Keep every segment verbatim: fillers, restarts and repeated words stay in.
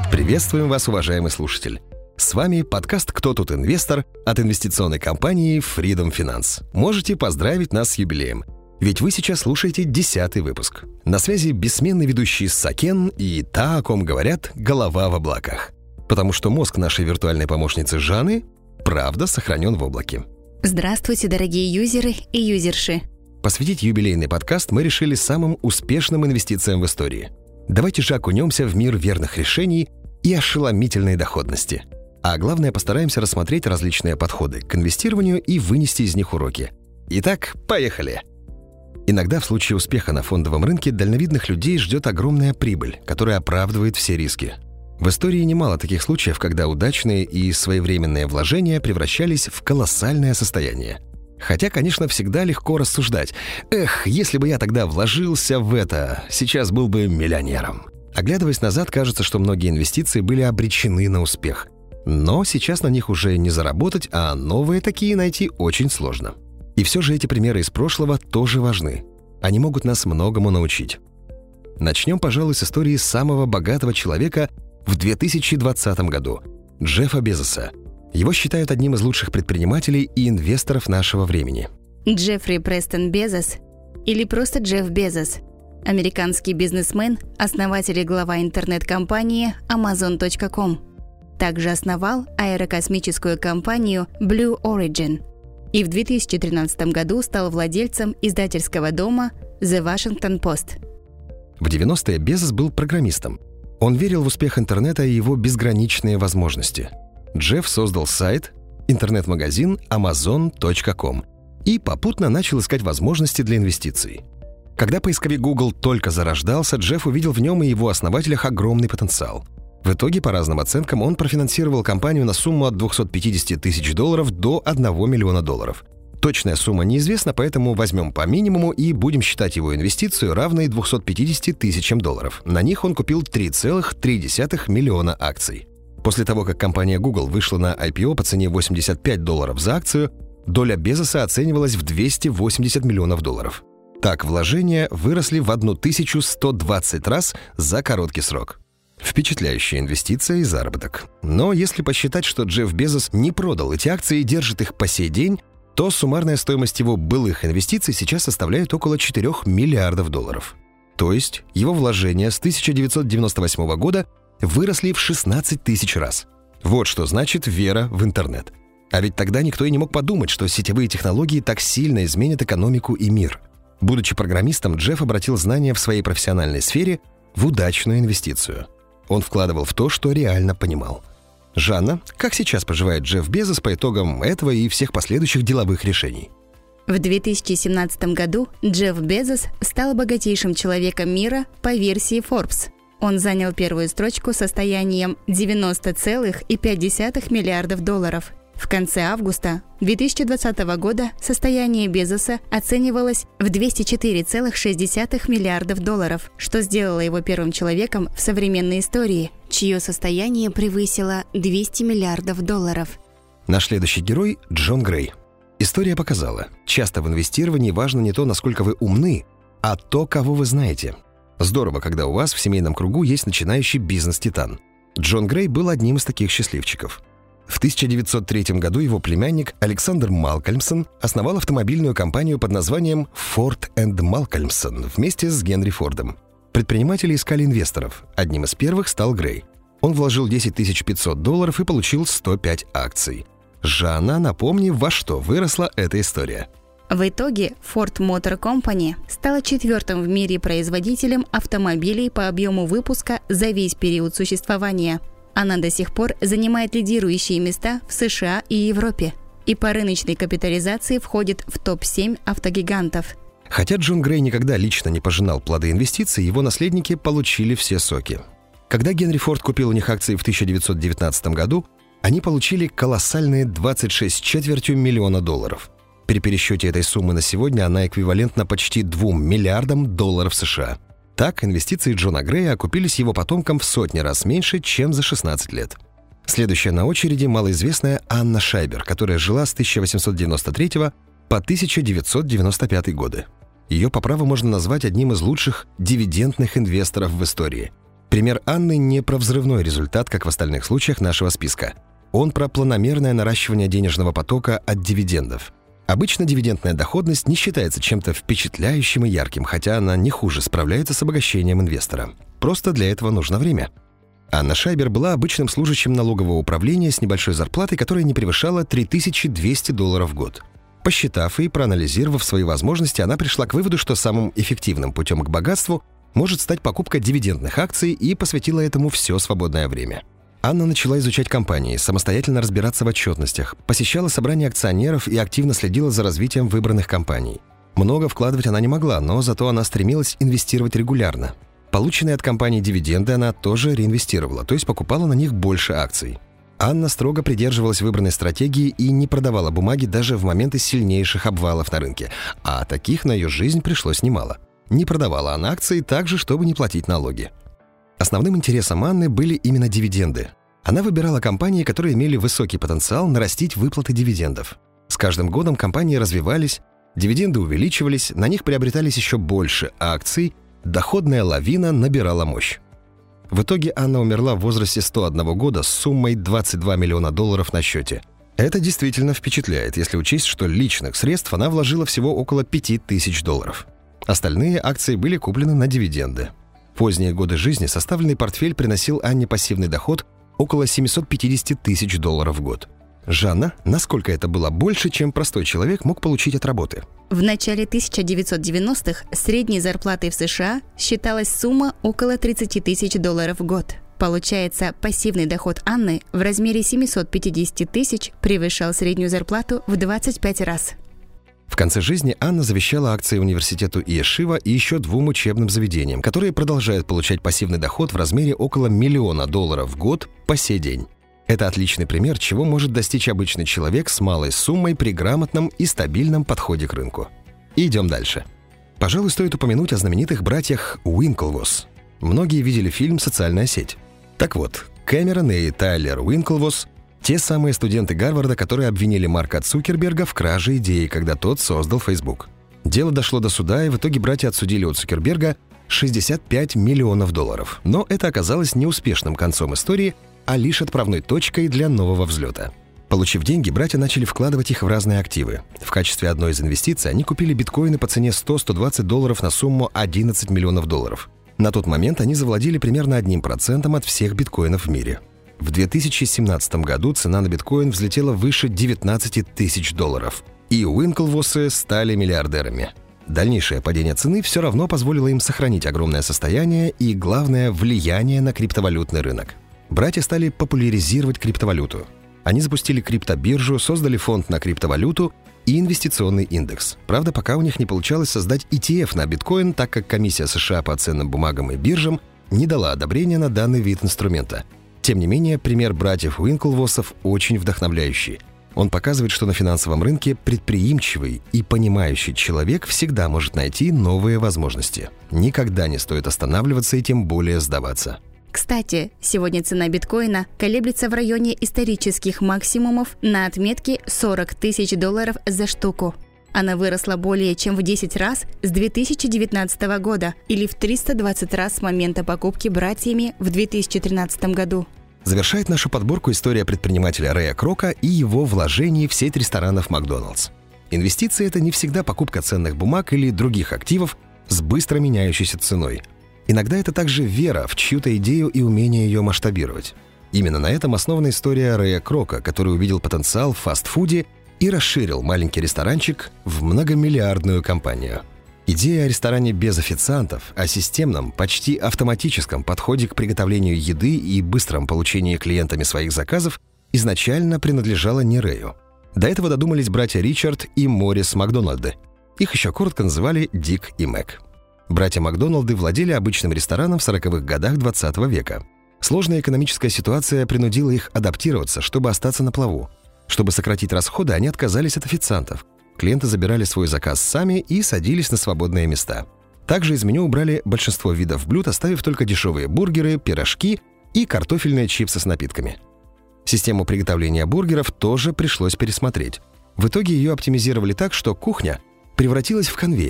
Приветствуем вас, уважаемый слушатель. С вами подкаст «Кто тут инвестор» от инвестиционной компании Freedom Finance. Можете поздравить нас с юбилеем, ведь вы сейчас слушаете десятый выпуск. На связи бессменный ведущий Сакен и та, о ком говорят, голова в облаках. Потому что мозг нашей виртуальной помощницы Жанны, правда, сохранен в облаке. Здравствуйте, дорогие юзеры и юзерши. Посвятить юбилейный подкаст мы решили самым успешным инвестициям в истории. Давайте же окунемся в мир верных решений и ошеломительной доходности. А главное, постараемся рассмотреть различные подходы к инвестированию и вынести из них уроки. Итак, поехали! Иногда в случае успеха на фондовом рынке дальновидных людей ждет огромная прибыль, которая оправдывает все риски. В истории немало таких случаев, когда удачные и своевременные вложения превращались в колоссальное состояние. Хотя, конечно, всегда легко рассуждать. Эх, если бы я тогда вложился в это, сейчас был бы миллионером. Оглядываясь назад, кажется, что многие инвестиции были обречены на успех. Но сейчас на них уже не заработать, а новые такие найти очень сложно. И все же эти примеры из прошлого тоже важны. Они могут нас многому научить. Начнем, пожалуй, с истории самого богатого человека в две тысячи двадцатом году – Джеффа Безоса. Его считают одним из лучших предпринимателей и инвесторов нашего времени. Джеффри Престон Безос, или просто Джефф Безос, американский бизнесмен, основатель и глава интернет-компании амазон точка ком. Также основал аэрокосмическую компанию Blue Origin и в две тысячи тринадцатом году стал владельцем издательского дома The Washington Post. В девяностые Безос был программистом. Он верил в успех интернета и его безграничные возможности. Джефф создал сайт, интернет-магазин амазон точка ком и попутно начал искать возможности для инвестиций. Когда поисковик Google только зарождался, Джефф увидел в нем и его основателях огромный потенциал. В итоге, по разным оценкам, он профинансировал компанию на сумму от двухсот пятидесяти тысяч долларов до одного миллиона долларов. Точная сумма неизвестна, поэтому возьмем по минимуму и будем считать его инвестицию равной двумстам пятидесяти тысячам долларов. На них он купил три целых три десятых миллиона акций. После того, как компания Google вышла на ай пи о по цене восемьдесят пять долларов за акцию, доля Безоса оценивалась в двести восемьдесят миллионов долларов. Так, вложения выросли в тысячу сто двадцать раз за короткий срок. Впечатляющая инвестиция и заработок. Но если посчитать, что Джефф Безос не продал эти акции и держит их по сей день, то суммарная стоимость его былых инвестиций сейчас составляет около четырёх миллиардов долларов. То есть его вложения с тысяча девятьсот девяносто восьмого года выросли в шестнадцать тысяч раз. Вот что значит вера в интернет. А ведь тогда никто и не мог подумать, что сетевые технологии так сильно изменят экономику и мир. Будучи программистом, Джефф обратил знания в своей профессиональной сфере в удачную инвестицию. Он вкладывал в то, что реально понимал. Жанна, как сейчас поживает Джефф Безос по итогам этого и всех последующих деловых решений? В две тысячи семнадцатом году Джефф Безос стал богатейшим человеком мира по версии Forbes. Он занял первую строчку состоянием девяносто целых пять десятых миллиардов долларов. В конце августа две тысячи двадцатого года состояние Безоса оценивалось в двести четыре целых шесть десятых миллиардов долларов, что сделало его первым человеком в современной истории, чье состояние превысило двести миллиардов долларов. Наш следующий герой – Джон Грей. История показала, часто в инвестировании важно не то, насколько вы умны, а то, кого вы знаете. Здорово, когда у вас в семейном кругу есть начинающий бизнес-титан. Джон Грей был одним из таких счастливчиков. В тысяча девятьсот третьем году его племянник Александр Малкольмсон основал автомобильную компанию под названием Ford энд Малкольмсон вместе с Генри Фордом. Предприниматели искали инвесторов. Одним из первых стал Грей. Он вложил десять тысяч пятьсот долларов и получил сто пять акций. Жанна, напомни, во что выросла эта история. В итоге Ford Motor Company стала четвертым в мире производителем автомобилей по объему выпуска за весь период существования. Она до сих пор занимает лидирующие места в США и Европе и по рыночной капитализации входит в топ семь автогигантов. Хотя Джон Грей никогда лично не пожинал плоды инвестиций, его наследники получили все соки. Когда Генри Форд купил у них акции в тысяча девятьсот девятнадцатом году, они получили колоссальные двадцать шесть с четвертью миллиона долларов. При пересчете этой суммы на сегодня она эквивалентна почти двум миллиардам долларов США. Так, инвестиции Джона Грея окупились его потомкам в сотни раз меньше, чем за шестнадцать лет. Следующая на очереди малоизвестная Анна Шайбер, которая жила с тысяча восемьсот девяносто третьего по тысяча девятьсот девяносто пятый годы. Ее по праву можно назвать одним из лучших дивидендных инвесторов в истории. Пример Анны не про взрывной результат, как в остальных случаях нашего списка. Он про планомерное наращивание денежного потока от дивидендов. Обычно дивидендная доходность не считается чем-то впечатляющим и ярким, хотя она не хуже справляется с обогащением инвестора. Просто для этого нужно время. Анна Шайбер была обычным служащим налогового управления с небольшой зарплатой, которая не превышала три тысячи двести долларов в год. Посчитав и проанализировав свои возможности, она пришла к выводу, что самым эффективным путем к богатству может стать покупка дивидендных акций, и посвятила этому все свободное время. Анна начала изучать компании, самостоятельно разбираться в отчетностях, посещала собрания акционеров и активно следила за развитием выбранных компаний. Много вкладывать она не могла, но зато она стремилась инвестировать регулярно. Полученные от компаний дивиденды она тоже реинвестировала, то есть покупала на них больше акций. Анна строго придерживалась выбранной стратегии и не продавала бумаги даже в моменты сильнейших обвалов на рынке, а таких на ее жизнь пришлось немало. Не продавала она акции также, чтобы не платить налоги. Основным интересом Анны были именно дивиденды. Она выбирала компании, которые имели высокий потенциал нарастить выплаты дивидендов. С каждым годом компании развивались, дивиденды увеличивались, на них приобретались еще больше акций, доходная лавина набирала мощь. В итоге Анна умерла в возрасте сто одного года с суммой двадцать два миллиона долларов на счете. Это действительно впечатляет, если учесть, что личных средств она вложила всего около пяти тысяч долларов. Остальные акции были куплены на дивиденды. В поздние годы жизни составленный портфель приносил Анне пассивный доход около семьсот пятьдесят тысяч долларов в год. Жанна, насколько это было больше, чем простой человек мог получить от работы? В начале тысяча девятьсот девяностых средней зарплатой в США считалась сумма около тридцать тысяч долларов в год. Получается, пассивный доход Анны в размере семьсот пятьдесят тысяч превышал среднюю зарплату в двадцать пять раз. В конце жизни Анна завещала акции университету Иешива и еще двум учебным заведениям, которые продолжают получать пассивный доход в размере около миллиона долларов в год по сей день. Это отличный пример, чего может достичь обычный человек с малой суммой при грамотном и стабильном подходе к рынку. Идем дальше. Пожалуй, стоит упомянуть о знаменитых братьях Уинклвос. Многие видели фильм «Социальная сеть». Так вот, Кэмерон и Тайлер Уинклвос – те самые студенты Гарварда, которые обвинили Марка Цукерберга в краже идеи, когда тот создал Facebook. Дело дошло до суда, и в итоге братья отсудили у Цукерберга шестьдесят пять миллионов долларов. Но это оказалось не успешным концом истории, а лишь отправной точкой для нового взлета. Получив деньги, братья начали вкладывать их в разные активы. В качестве одной из инвестиций они купили биткоины по цене сто - сто двадцать долларов на сумму одиннадцать миллионов долларов. На тот момент они завладели примерно одним процентом от всех биткоинов в мире. В две тысячи семнадцатом году цена на биткоин взлетела выше девятнадцати тысяч долларов, и Уинклвосы стали миллиардерами. Дальнейшее падение цены все равно позволило им сохранить огромное состояние и, главное, влияние на криптовалютный рынок. Братья стали популяризировать криптовалюту. Они запустили криптобиржу, создали фонд на криптовалюту и инвестиционный индекс. Правда, пока у них не получалось создать и ти эф на биткоин, так как комиссия США по ценным бумагам и биржам не дала одобрения на данный вид инструмента. Тем не менее, пример братьев Уинклвосов очень вдохновляющий. Он показывает, что на финансовом рынке предприимчивый и понимающий человек всегда может найти новые возможности. Никогда не стоит останавливаться и тем более сдаваться. Кстати, сегодня цена биткоина колеблется в районе исторических максимумов на отметке сорок тысяч долларов за штуку. Она выросла более чем в десять раз с две тысячи девятнадцатого года или в триста двадцать раз с момента покупки братьями в две тысячи тринадцатом году. Завершает нашу подборку история предпринимателя Рэя Крока и его вложений в сеть ресторанов «Макдоналдс». Инвестиции – это не всегда покупка ценных бумаг или других активов с быстро меняющейся ценой. Иногда это также вера в чью-то идею и умение ее масштабировать. Именно на этом основана история Рэя Крока, который увидел потенциал в фастфуде и расширил маленький ресторанчик в многомиллиардную компанию. Идея о ресторане без официантов, о системном, почти автоматическом подходе к приготовлению еды и быстром получении клиентами своих заказов изначально принадлежала не Рэю. До этого додумались братья Ричард и Моррис Макдональды. Их еще коротко называли Дик и Мэг. Братья Макдоналды владели обычным рестораном в сороковых годах двадцатого века. Сложная экономическая ситуация принудила их адаптироваться, чтобы остаться на плаву. Чтобы сократить расходы, они отказались от официантов. Клиенты забирали свой заказ сами и садились на свободные места. Также из меню убрали большинство видов блюд, оставив только дешевые бургеры, пирожки и картофельные чипсы с напитками. Систему приготовления бургеров тоже пришлось пересмотреть. В итоге ее оптимизировали так, что кухня превратилась в конвейер.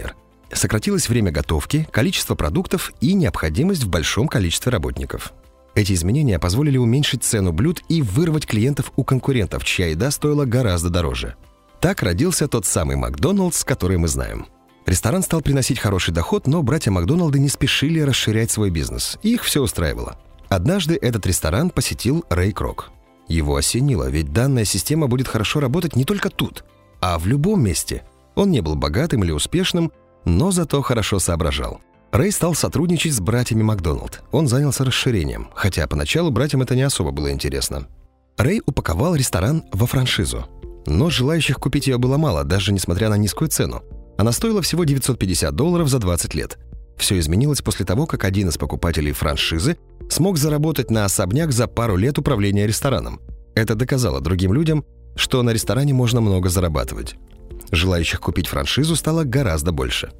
Сократилось время готовки, количество продуктов и необходимость в большом количестве работников. Эти изменения позволили уменьшить цену блюд и вырвать клиентов у конкурентов, чья еда стоила гораздо дороже. Так родился тот самый Макдоналдс, который мы знаем. Ресторан стал приносить хороший доход, но братья Макдональды не спешили расширять свой бизнес. Их все устраивало. Однажды этот ресторан посетил Рэй Крок. Его осенило, ведь данная система будет хорошо работать не только тут, а в любом месте. Он не был богатым или успешным, но зато хорошо соображал. Рэй стал сотрудничать с братьями Макдоналд. Он занялся расширением, хотя поначалу братьям это не особо было интересно. Рэй упаковал ресторан во франшизу. Но желающих купить ее было мало, даже несмотря на низкую цену. Она стоила всего девятьсот пятьдесят долларов за двадцать лет. Все изменилось после того, как один из покупателей франшизы смог заработать на особняк за пару лет управления рестораном. Это доказало другим людям, что на ресторане можно много зарабатывать. Желающих купить франшизу стало гораздо больше.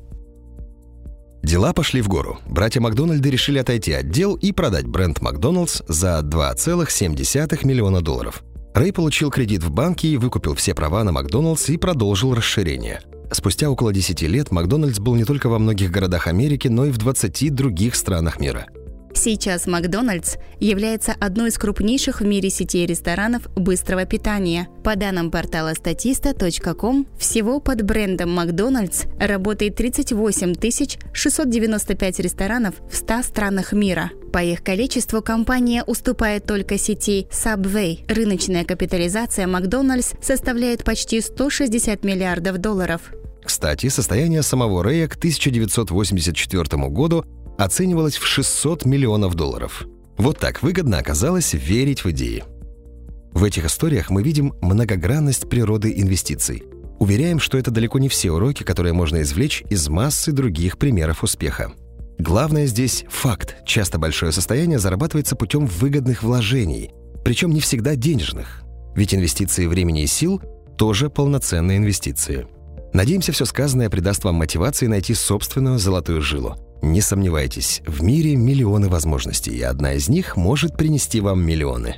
Дела пошли в гору. Братья Макдональды решили отойти от дел и продать бренд Макдоналдс за два целых семь десятых миллиона долларов. Рэй получил кредит в банке и выкупил все права на Макдоналдс и продолжил расширение. Спустя около десяти лет Макдоналдс был не только во многих городах Америки, но и в двадцати других странах мира. Сейчас Макдональдс является одной из крупнейших в мире сетей ресторанов быстрого питания. По данным портала статиста точка ком, всего под брендом Макдональдс работает тридцать восемь тысяч шестьсот девяносто пять ресторанов в ста странах мира. По их количеству компания уступает только сети Subway. Рыночная капитализация Макдональдс составляет почти сто шестьдесят миллиардов долларов. Кстати, состояние самого Рэя к тысяча девятьсот восемьдесят четвёртому году оценивалось в шестьсот миллионов долларов. Вот так выгодно оказалось верить в идеи. В этих историях мы видим многогранность природы инвестиций. Уверяем, что это далеко не все уроки, которые можно извлечь из массы других примеров успеха. Главное здесь факт. Часто большое состояние зарабатывается путем выгодных вложений, причем не всегда денежных. Ведь инвестиции времени и сил тоже полноценные инвестиции. Надеемся, все сказанное придаст вам мотивации найти собственную золотую жилу. Не сомневайтесь, в мире миллионы возможностей, и одна из них может принести вам миллионы.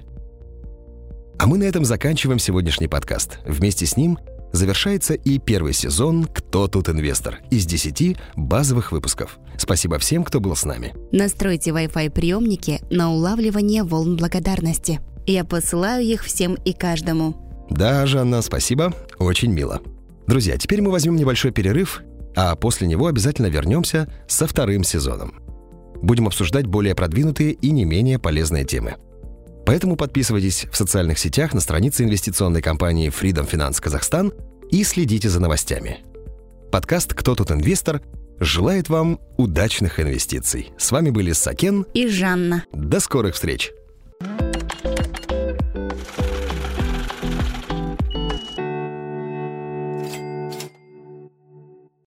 А мы на этом заканчиваем сегодняшний подкаст. Вместе с ним завершается и первый сезон «Кто тут инвестор» из десяти базовых выпусков. Спасибо всем, кто был с нами. Настройте Wi-Fi приемники на улавливание волн благодарности. Я посылаю их всем и каждому. Да, Жанна, спасибо. Очень мило. Друзья, теперь мы возьмем небольшой перерыв, а после него обязательно вернемся со вторым сезоном. Будем обсуждать более продвинутые и не менее полезные темы. Поэтому подписывайтесь в социальных сетях на странице инвестиционной компании Freedom Finance Казахстан и следите за новостями. Подкаст «Кто тут инвестор» желает вам удачных инвестиций. С вами были Сакен и Жанна. До скорых встреч!